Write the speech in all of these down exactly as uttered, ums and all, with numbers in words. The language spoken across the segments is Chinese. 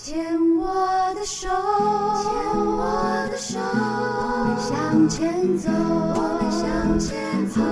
牵我的手，牵我的手，我们向前走，我们向前走。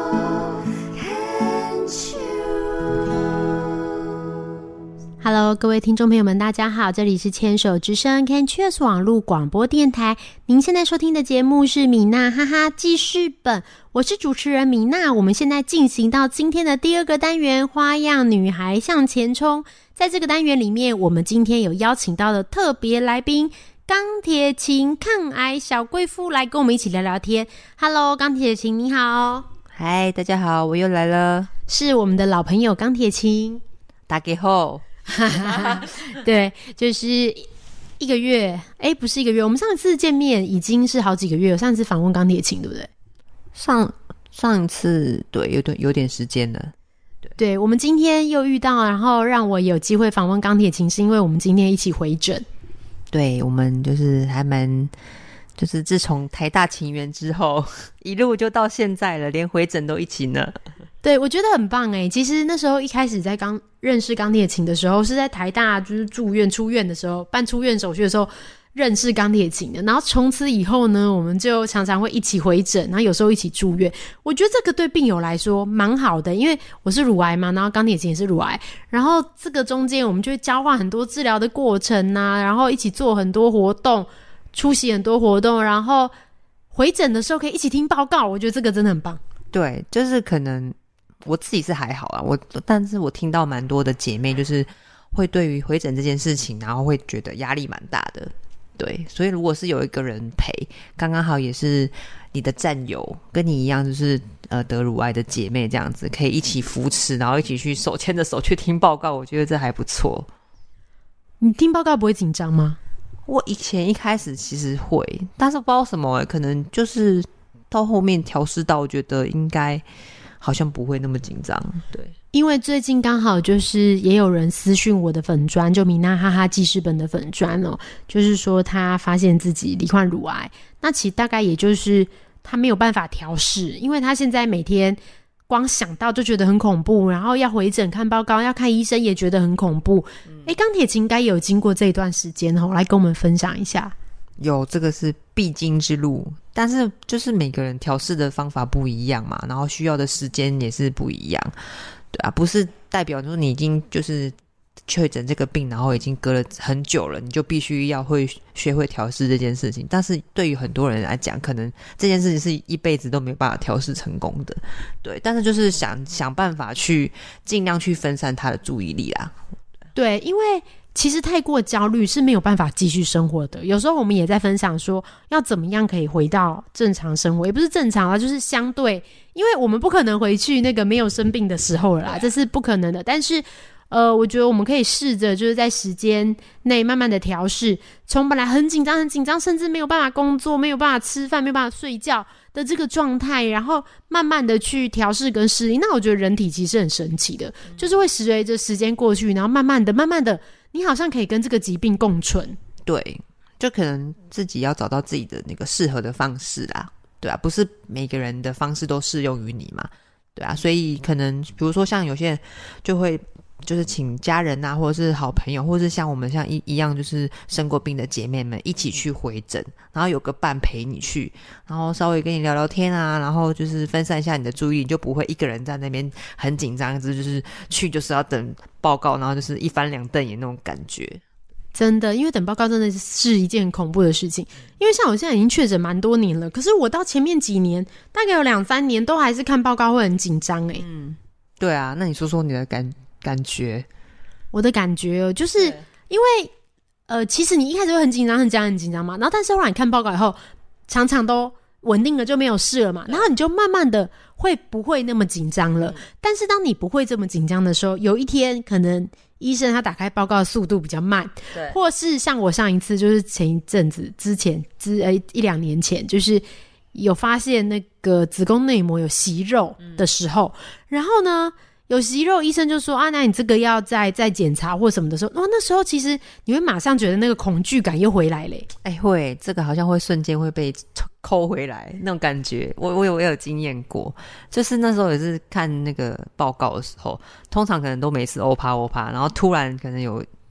Hello， 各位听众朋友们，大家好，这里是牵手之声 Can Cheers 网络广播电台。您现在收听的节目是米娜哈哈记事本，我是主持人米娜。我们现在进行到今天的第二个单元，花样女孩向前冲。在这个单元里面，我们今天有邀请到的特别来宾钢铁琴抗癌小贵妇来跟我们一起聊聊天。Hello， 钢铁琴你好。 嗨，大家好，我又来了， 是我们的老朋友钢铁琴。 大家好。 对，就是一个月，哎，不是一个月，我们上一次见面已经是好几个月了。上一次访问钢铁琴，对不对？ 上上一次对，有点有点时间了。 对，对，我们今天又遇到，然后让我有机会访问钢铁琴，是因为我们今天一起回诊。 对，我们就是还蛮，就是自从台大情缘之后，一路就到现在了，连回诊都一起呢。 对，我觉得很棒耶。其实那时候一开始在刚认识钢铁琴的时候，是在台大就是住院出院的时候，办出院手续的时候认识钢铁琴的。然后从此以后呢，我们就常常会一起回诊，然后有时候一起住院。我觉得这个对病友来说蛮好的，因为我是乳癌嘛，然后钢铁琴也是乳癌，然后这个中间我们就会交换很多治疗的过程啊，然后一起做很多活动，出席很多活动，然后回诊的时候可以一起听报告。我觉得这个真的很棒。 对，就是可能我自己是还好啊，我但是我听到蛮多的姐妹就是会对于回诊这件事情，然后会觉得压力蛮大的。对，所以如果是有一个人陪，刚刚好也是你的战友，跟你一样就是呃得乳癌的姐妹这样子，可以一起扶持，然后一起去手牵着手去听报告，我觉得这还不错。 你听报告不会紧张吗？ 我以前一开始其实会，但是不知道什么、欸、可能就是到后面调试到，我觉得应该好像不会那么紧张。对， 因为最近刚好就是也有人私讯我的粉专，就米娜哈哈记事本的粉专哦，就是说他发现自己罹患乳癌，那其实大概也就是他没有办法调试，因为他现在每天光想到就觉得很恐怖，然后要回诊看报告，要看医生也觉得很恐怖。哎、嗯，钢铁琴应该有经过这一段时间哦，来跟我们分享一下。 有，这个是必经之路，但是就是每个人调试的方法不一样嘛，然后需要的时间也是不一样。对啊，不是代表说你已经就是确诊这个病，然后已经隔了很久了，你就必须要会学会调试这件事情。但是对于很多人来讲，可能这件事情是一辈子都没有办法调试成功的。对，但是就是想想办法去尽量去分散他的注意力啦。 对，因为其实太过焦虑是没有办法继续生活的。有时候我们也在分享说要怎么样可以回到正常生活，也不是正常啦，就是相对，因为我们不可能回去那个没有生病的时候了啦，这是不可能的。但是呃，我觉得我们可以试着就是在时间内慢慢的调试，从本来很紧张很紧张，甚至没有办法工作，没有办法吃饭，没有办法睡觉的这个状态，然后慢慢的去调试跟适应。那我觉得人体其实很神奇的，就是会随着时间过去，然后慢慢的慢慢的你好像可以跟这个疾病共存。 对，就可能自己要找到自己的那个适合的方式啦。对啊，不是每个人的方式都适用于你嘛。对啊，所以可能比如说像有些人就会就是请家人啊，或者是好朋友，或者是像我们像一一样就是生过病的姐妹们一起去回诊，然后有个伴陪你去，然后稍微跟你聊聊天啊，然后就是分散一下你的注意力，就不会一个人在那边很紧张，就是去就是要等报告，然后就是一翻两瞪眼那种感觉。 真的，因为等报告真的是一件很恐怖的事情。因为像我现在已经确诊蛮多年了，可是我到前面几年大概有两三年都还是看报告会很紧张欸。 嗯，对啊，那你说说你的感感觉？ 我的感觉哦，就是因为呃，其实你一开始会很紧张很紧张很紧张嘛，然后但是后来你看报告以后常常都稳定了，就没有事了嘛，然后你就慢慢的会不会那么紧张了。但是当你不会这么紧张的时候，有一天可能医生他打开报告的速度比较慢，对，或是像我上一次就是前一阵子之前之呃一两年前，就是有发现那个子宫内膜有息肉的时候，嗯、然后呢有息肉，医生就说啊，那你这个要再再检查或什么的时候，哇，那时候其实你会马上觉得那个恐惧感又回来嘞。 哎、欸，会，这个好像会瞬间会被扣回来那种感觉。我我有我有经验过，就是那时候也是看那个报告的时候，通常可能都没事欧趴欧趴，然后突然可能有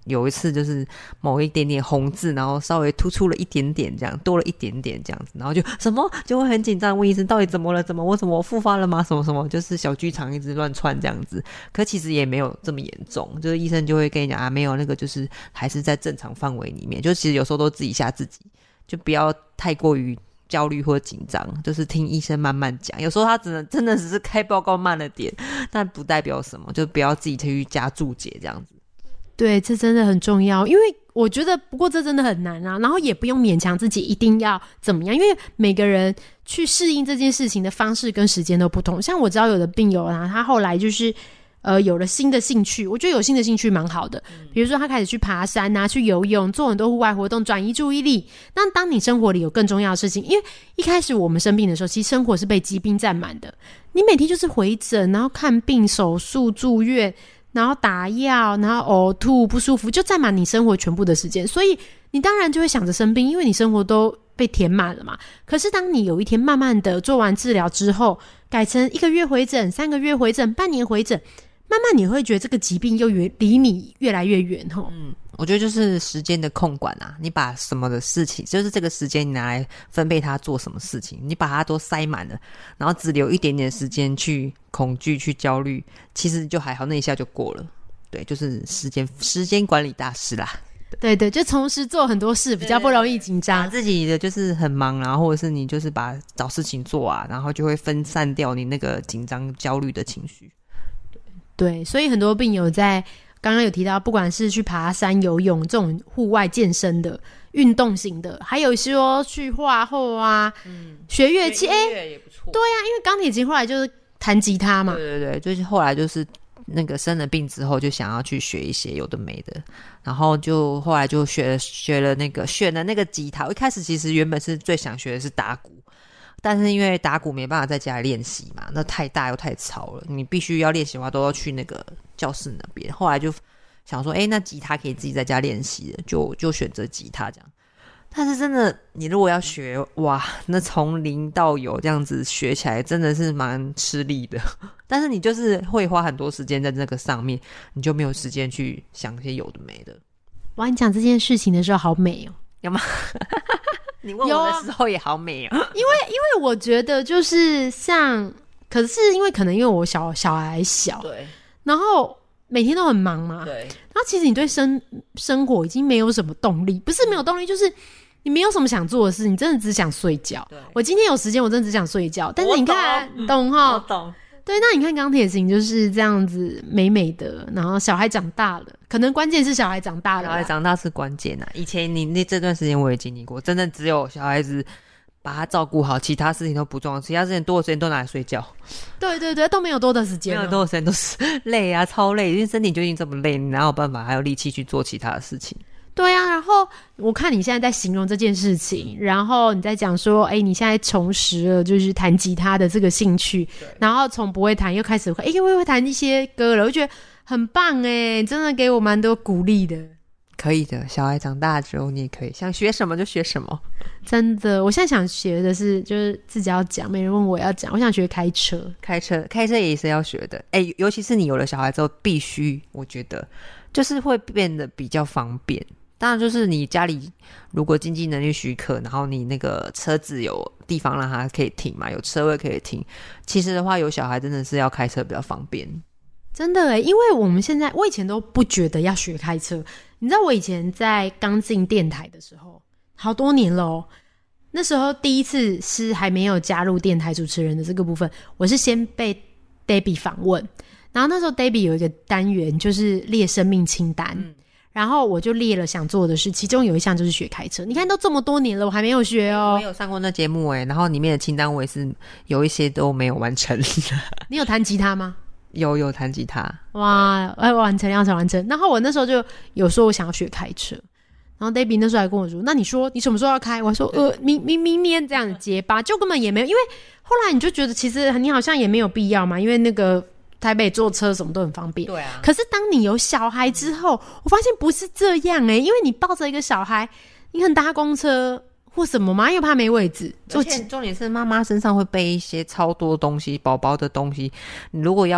有一次就是某一点点红字，然后稍微突出了一点点这样，多了一点点这样子，然后就什么就会很紧张，问医生到底怎么了，怎么我怎么我复发了吗，什么什么，就是小剧场一直乱窜这样子。可其实也没有这么严重，就是医生就会跟你讲啊，没有，那个就是还是在正常范围里面，就其实有时候都自己吓自己，就不要太过于焦虑或紧张，就是听医生慢慢讲，有时候他只能真的只是开报告慢了点，但不代表什么，就不要自己去加注解这样子。 对，这真的很重要，因为我觉得不过这真的很难啊，然后也不用勉强自己一定要怎么样，因为每个人去适应这件事情的方式跟时间都不同。像我知道有的病友啊，他后来就是呃有了新的兴趣，我觉得有新的兴趣蛮好的，比如说他开始去爬山啊，去游泳，做很多户外活动，转移注意力。那当你生活里有更重要的事情，因为一开始我们生病的时候，其实生活是被疾病占满的，你每天就是回诊，然后看病、手术、住院，然后打药，然后呕吐不舒服，就占满你生活全部的时间，所以你当然就会想着生病，因为你生活都被填满了嘛。可是当你有一天慢慢的做完治疗之后，改成一个月回诊、三个月回诊、半年回诊，慢慢你会觉得这个疾病又越离你越来越远吼。 嗯，我觉得就是时间的控管啊，你把什么的事情，就是这个时间你拿来分配它做什么事情，你把它都塞满了，然后只留一点点时间去恐惧、去焦虑，其实就还好，那一下就过了。对，就是时间时间管理大师啦。 对对，就同时做很多事，比较不容易紧张。 自己的就是很忙啊，或者是你就是把找事情做啊，然后就会分散掉你那个紧张、焦虑的情绪。 对，所以很多病友在刚刚有提到，不管是去爬山、游泳这种户外健身的、运动型的，还有说去画画啊、嗯、学乐器，哎， 也不错。 对啊，因为钢铁琴后来就是弹吉他嘛。 对对对，就是后来就是那个生了病之后，就想要去学一些有的没的，然后就后来就学了学了那个选了那个吉他。我一开始其实原本是最想学的是打鼓。但是因为打鼓没办法在家里练习嘛，那太大又太吵了，你必须要练习的话都要去那个教室那边。后来就想说，哎，那吉他可以自己在家练习的，就就选择吉他这样。但是真的，你如果要学，哇，那从零到有这样子学起来，真的是蛮吃力的。但是你就是会花很多时间在那个上面，你就没有时间去想一些有的没的。 哇，你讲这件事情的时候好美哦， 有吗？你问我的时候也好美哦， 因为因为我觉得就是像，可是因为可能因为我小小孩小， 对， 然后每天都很忙嘛， 对， 然后其实你对生生活已经没有什么动力，不是没有动力，就是你没有什么想做的事，你真的只想睡觉。我今天有时间，我真的只想睡觉，但是你看，懂哈？ 我懂。 对，那你看钢铁琴就是这样子美美的，然后小孩长大了，可能关键是小孩长大了， 小孩长大是关键啊。以前你那这段时间我也经历过，真的只有小孩子把他照顾好，其他事情都不重要，其他事情多的时间都拿来睡觉。 对对对，都没有多的时间， 没有多的时间都是累啊，超累，因为身体就已经这么累，你哪有办法还有力气去做其他的事情？ 对啊，然后我看你现在在形容这件事情，然后你在讲说，哎，你现在重拾了就是弹吉他的这个兴趣，然后从不会弹又开始会，哎，又会弹一些歌了，我觉得很棒哎，真的给我蛮多鼓励的。 可以的，小孩长大之后你也可以想学什么就学什么。 真的，我现在想学的是，就是自己要讲，没人问我要讲，我想学开车， 开车，开车也是要学的。哎，尤其是你有了小孩之后，必须，我觉得就是会变得比较方便。当然就是你家里如果经济能力许可，然后你那个车子有地方让它可以停嘛，有车位可以停，其实的话有小孩真的是要开车比较方便。 真的耶，因为我们现在我以前都不觉得要学开车，你知道我以前在刚进电台的时候好多年了哦，那时候第一次是还没有加入电台主持人的这个部分，我是先被 Debbie 访问，然后那时候 Debbie 有一个单元就是列生命清单、嗯，然后我就列了想做的事，其中有一项就是学开车。你看都这么多年了，我还没有学哦。 我没有上过那节目耶，然后里面的清单我也是有一些都没有完成。 你有弹吉他吗？ 有有弹吉他。 哇，要完成要完成。然后我那时候就有说我想要学开车，然后 Debbie 那时候还跟我说，那你说你什么时候要开？我说呃明明明年这样子结巴，就根本也没有，因为后来你就觉得其实你好像也没有必要嘛，因为那个台北坐车什么都很方便。 对啊。 可是当你有小孩之后，我发现不是这样欸，因为你抱着一个小孩，你可能搭公车或什么嘛，又怕没位置。 而且重点是妈妈身上会背一些超多东西，宝宝的东西，你如果要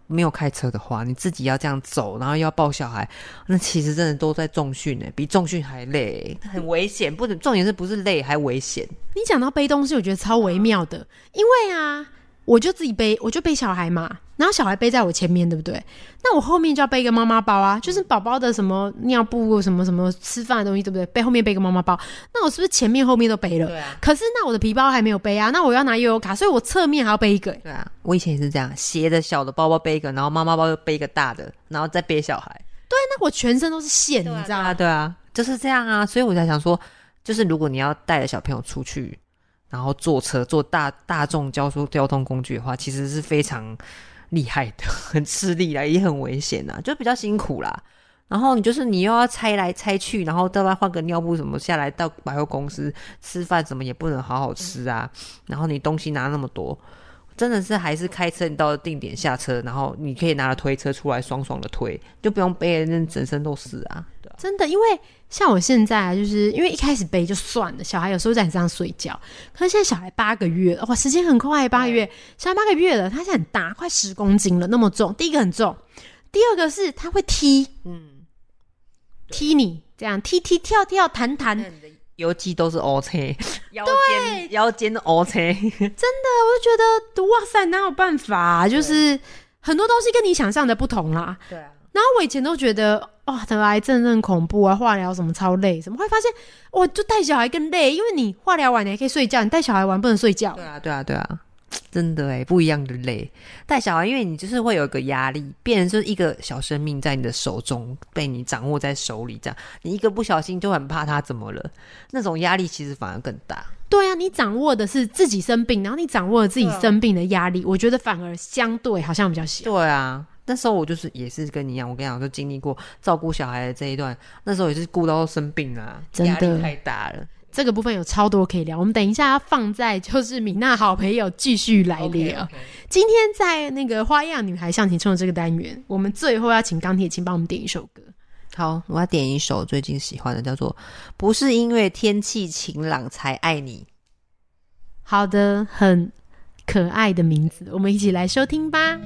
没有开车的话，你自己要这样走，然后又要抱小孩，那其实真的都在重训欸，比重训还累，很危险。不重点是不是累还危险。 你讲到背东西我觉得超微妙的，因为啊我就自己背，我就背小孩嘛，然后小孩背在我前面对不对，那我后面就要背一个妈妈包啊，就是宝宝的什么尿布什么什么吃饭的东西对不对，背后面背一个妈妈包，那我是不是前面后面都背了？ 对啊， 可是那我的皮包还没有背啊，那我要拿悠游卡，所以我侧面还要背一个。 对啊，我以前也是这样，斜的小的包包背一个，然后妈妈包又背一个大的，然后再背小孩。 对，那我全身都是线， 啊、 你知道吗？ 对啊，就是这样啊，所以我才想说，就是如果你要带着小朋友出去，然后坐车坐大大众交通交通工具的话，其实是非常厉害的，很吃力啦，也很危险啦，就比较辛苦啦。然后你就是你又要拆来拆去，然后到那换个尿布什么下来，到百货公司吃饭什么也不能好好吃啊。然后你东西拿那么多，真的是还是开车，你到了定点下车，然后你可以拿了推车出来爽爽的推，就不用背的那整身都是啊。对啊， 真的，因为像我现在就是因为一开始背就算了，小孩有时候在你身上睡觉，可是现在小孩八个月了，哇，时间很快，八个月，小孩八个月了，他现在很大，快十公斤了，那么重。第一个很重，第二个是他会踢，嗯，踢你这样踢踢跳跳弹弹， 腰肌都是 O C， 腰间腰间的 O C， 真的， 我就觉得哇塞，哪有办法啊？就是很多东西跟你想象的不同啦。 对啊。 然后我以前都觉得哇，得癌症很恐怖啊，化疗什么超累，什么会发现哇，就带小孩更累，因为你化疗完你还可以睡觉，你带小孩完不能睡觉。 对啊，对啊，对啊，真的耶，不一样的累。带小孩，因为你就是会有一个压力，变成就是一个小生命在你的手中，被你掌握在手里，这样你一个不小心就很怕他怎么了，那种压力其实反而更大。 对啊，你掌握的是自己生病，然后你掌握了自己生病的压力，我觉得反而相对好像比较小。 对啊。那时候我就是也是跟你一样，我跟你讲，就经历过照顾小孩的这一段，那时候也是顾到生病啦，压力太大了。这个部分有超多可以聊，我们等一下要放在就是米娜好朋友继续来聊。Okay, okay. 今天在那个花样女孩向前冲的这个单元，我们最后要请钢铁请帮我们点一首歌。 好，我要点一首最近喜欢的，叫做《不是因为天气晴朗才爱你》。 好的，很可爱的名字，我们一起来收听吧。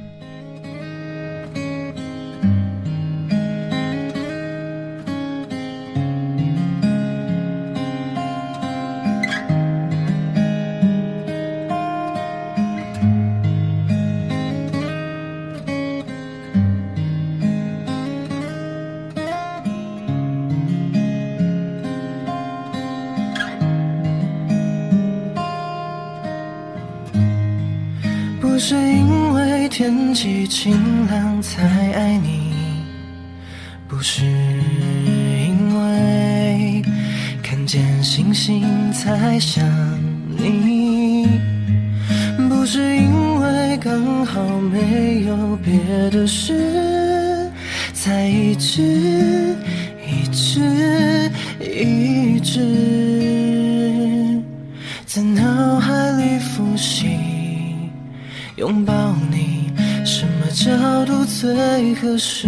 不是因为天气晴朗才爱你，不是因为看见星星才想你，不是因为刚好没有别的事，才一直一直一直在脑海里复习，拥抱你什么角度最合适。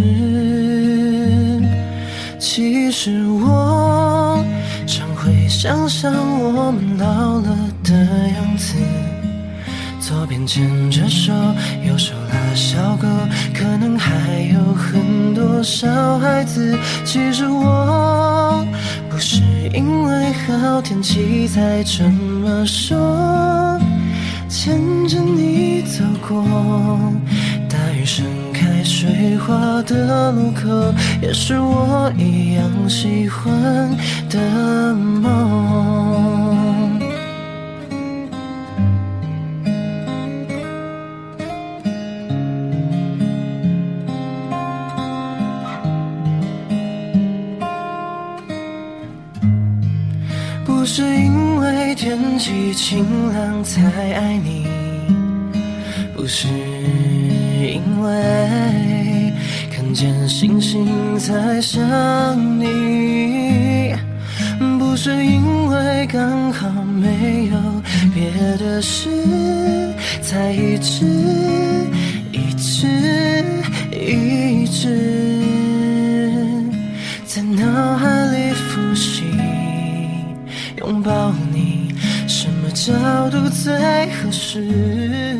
其实我常会想象我们老了的样子，左边牵着手，右手拉小狗，可能还有很多小孩子。其实我不是因为好天气才这么说，牵着你走过大雨盛开水花的路口，也是我一样喜欢的梦。不是因为天气晴朗才爱你，不是因为看见星星才想你，不是因为刚好没有别的事，才一直一直一直在脑海里复习，拥抱你什么角度最合适。